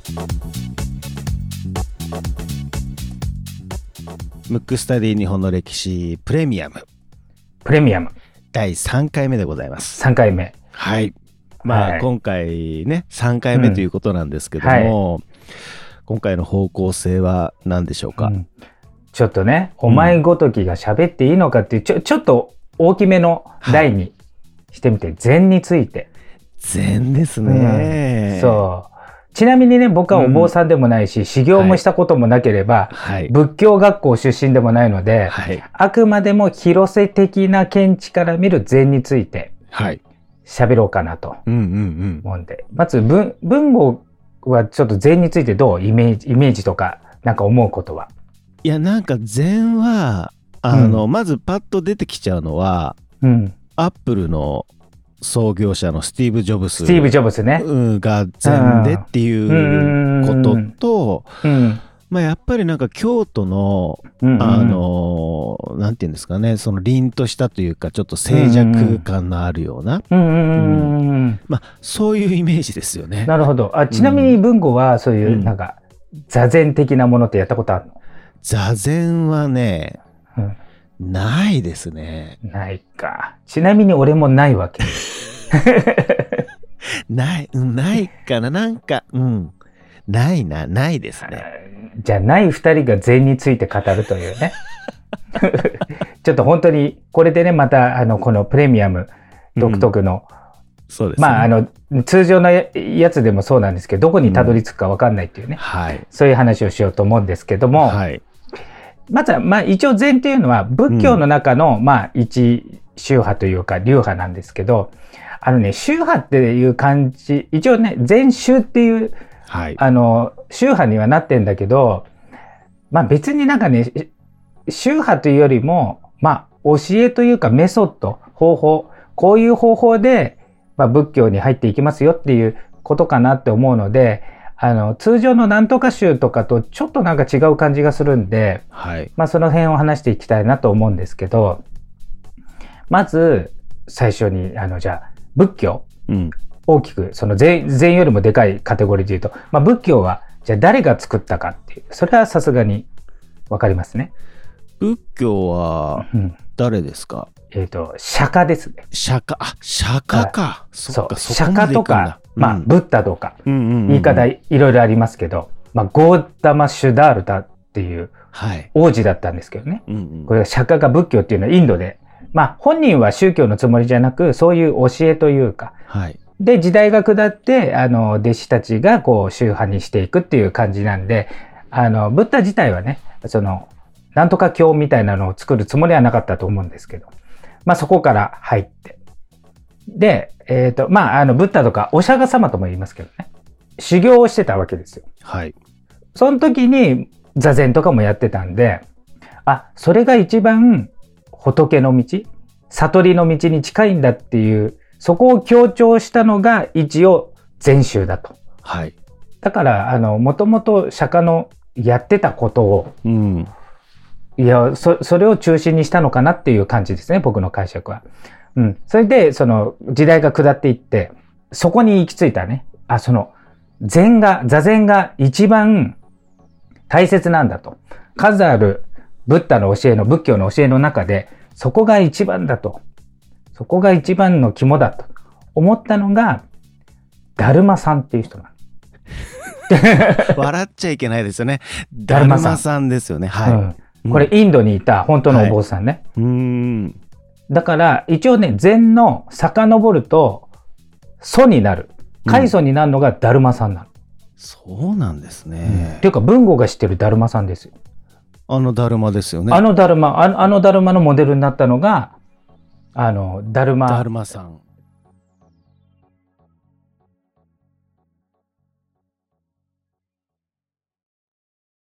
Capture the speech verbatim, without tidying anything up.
ムックスタディ日本の歴史プレミアムプレミアムだいさんかいめでございます。 さんかいめ。 はい。まあ、はい、今回ねさんかいめということなんですけども、うんはい、今回の方向性は何でしょうか。うん、 ちょっとね、お前ごときが喋っていいのかっていう、ちょ、ちょっと大きめの題にしてみて、はい、禅について。 禅ですね、 うん、そう。ちなみにね、僕はお坊さんでもないし、うん、修行もしたこともなければ、はい、仏教学校出身でもないので、はい、あくまでも広瀬的な見地から見る禅について喋ろうかなと思うんで、うんうんうん、まず文、文語はちょっと禅についてどうイメージ、イメージとかなんか思うことは。 いや、なんか禅はあの、うん、まずパッと出てきちゃうのは、うん、アップルの創業者のスティーブ・ジョブス、 スティーブ・ジョブスね、 が禅でっていうことと、うんうんまあ、やっぱりなんか京都の、うんうん、あのなんていうんですかね、その凛としたというかちょっと静寂感のあるような、うんうん、まあそういうイメージですよね。 なるほど。あ、ちなみに文吾はそういうなんか座禅的なものってやったことあるの？ 座禅はね、うんないですね。 ないか。ちなみに俺もないわけ。 ない、うん、ないかな、なんか、うん、ないな、ないですね。 じゃあない二人が禅について語るというね。ちょっと本当にこれでね、またあのこのプレミアム独特の、うん、 そうですね。 まああの通常のやつでもそうなんですけど、どこにたどり着くか分かんないっていうね、うんはい、そういう話をしようと思うんですけども。はいまずは、まあ一応禅っていうのは仏教の中の、うん、まあ一宗派というか流派なんですけど、あのね、宗派っていう感じ、一応ね、禅宗っていう、はい、あの、宗派にはなってんだけど、まあ別になんかね、宗派というよりも、まあ教えというかメソッド、方法、こういう方法で、まあ仏教に入っていきますよっていうことかなって思うので、あの通常のなんとか宗とかとちょっとなんか違う感じがするんで、はい、まあその辺を話していきたいなと思うんですけど、まず最初にあのじゃあ仏教、うん、大きくその禅、禅よりもでかいカテゴリーで言うと、まあ、仏教はじゃあ誰が作ったかっていう、それはさすがにわかりますね。 仏教は誰ですか？ うん、えっと釈迦ですね。 釈迦、あ、釈迦か。 そう、釈迦とか、まあ、うん、ブッダとか、言い方いろいろありますけど、まあ、ゴータマ・シュダールタっていう王子だったんですけどね。はいうんうん、これは釈迦が仏教っていうのはインドで、まあ、本人は宗教のつもりじゃなく、そういう教えというか、はい、で、時代が下って、あの、弟子たちがこう、宗派にしていくっていう感じなんで、あの、ブッダ自体はね、その、なんとか教みたいなのを作るつもりはなかったと思うんですけど、まあ、そこから入って、で、えっと、まあ、あの、ブッダとかお釈迦様とも言いますけどね。修行をしてたわけですよ。はい。その時に座禅とかもやってたんで、あ、それが一番仏の道、悟りの道に近いんだっていう、そこを強調したのが一応禅宗だと。はい。だから、あの、もともと釈迦のやってたことを、うん。いや、そ、それを中心にしたのかなっていう感じですね、僕の解釈は。うん。それで、その、時代が下っていって、そこに行き着いたね。あ、その、禅が、座禅が一番大切なんだと。数あるブッダの教えの、仏教の教えの中で、そこが一番だと。そこが一番の肝だと思ったのが、ダルマさんっていう人なんです。笑っちゃいけないですよね。ダルマさんですよね。はい。 うん、これ、インドにいた本当のお坊さんね。はい、うーんだから、一応ね、禅の遡ると、祖になる。開祖になるのがダルマさんなの。うん、 そうなんですね。 うん、っていうか、文豪が知ってるダルマさんですよ。 あのダルマですよね。 あのダルマ、あの、あのダルマのモデルになったのが、あの、ダルマ。 ダルマさん。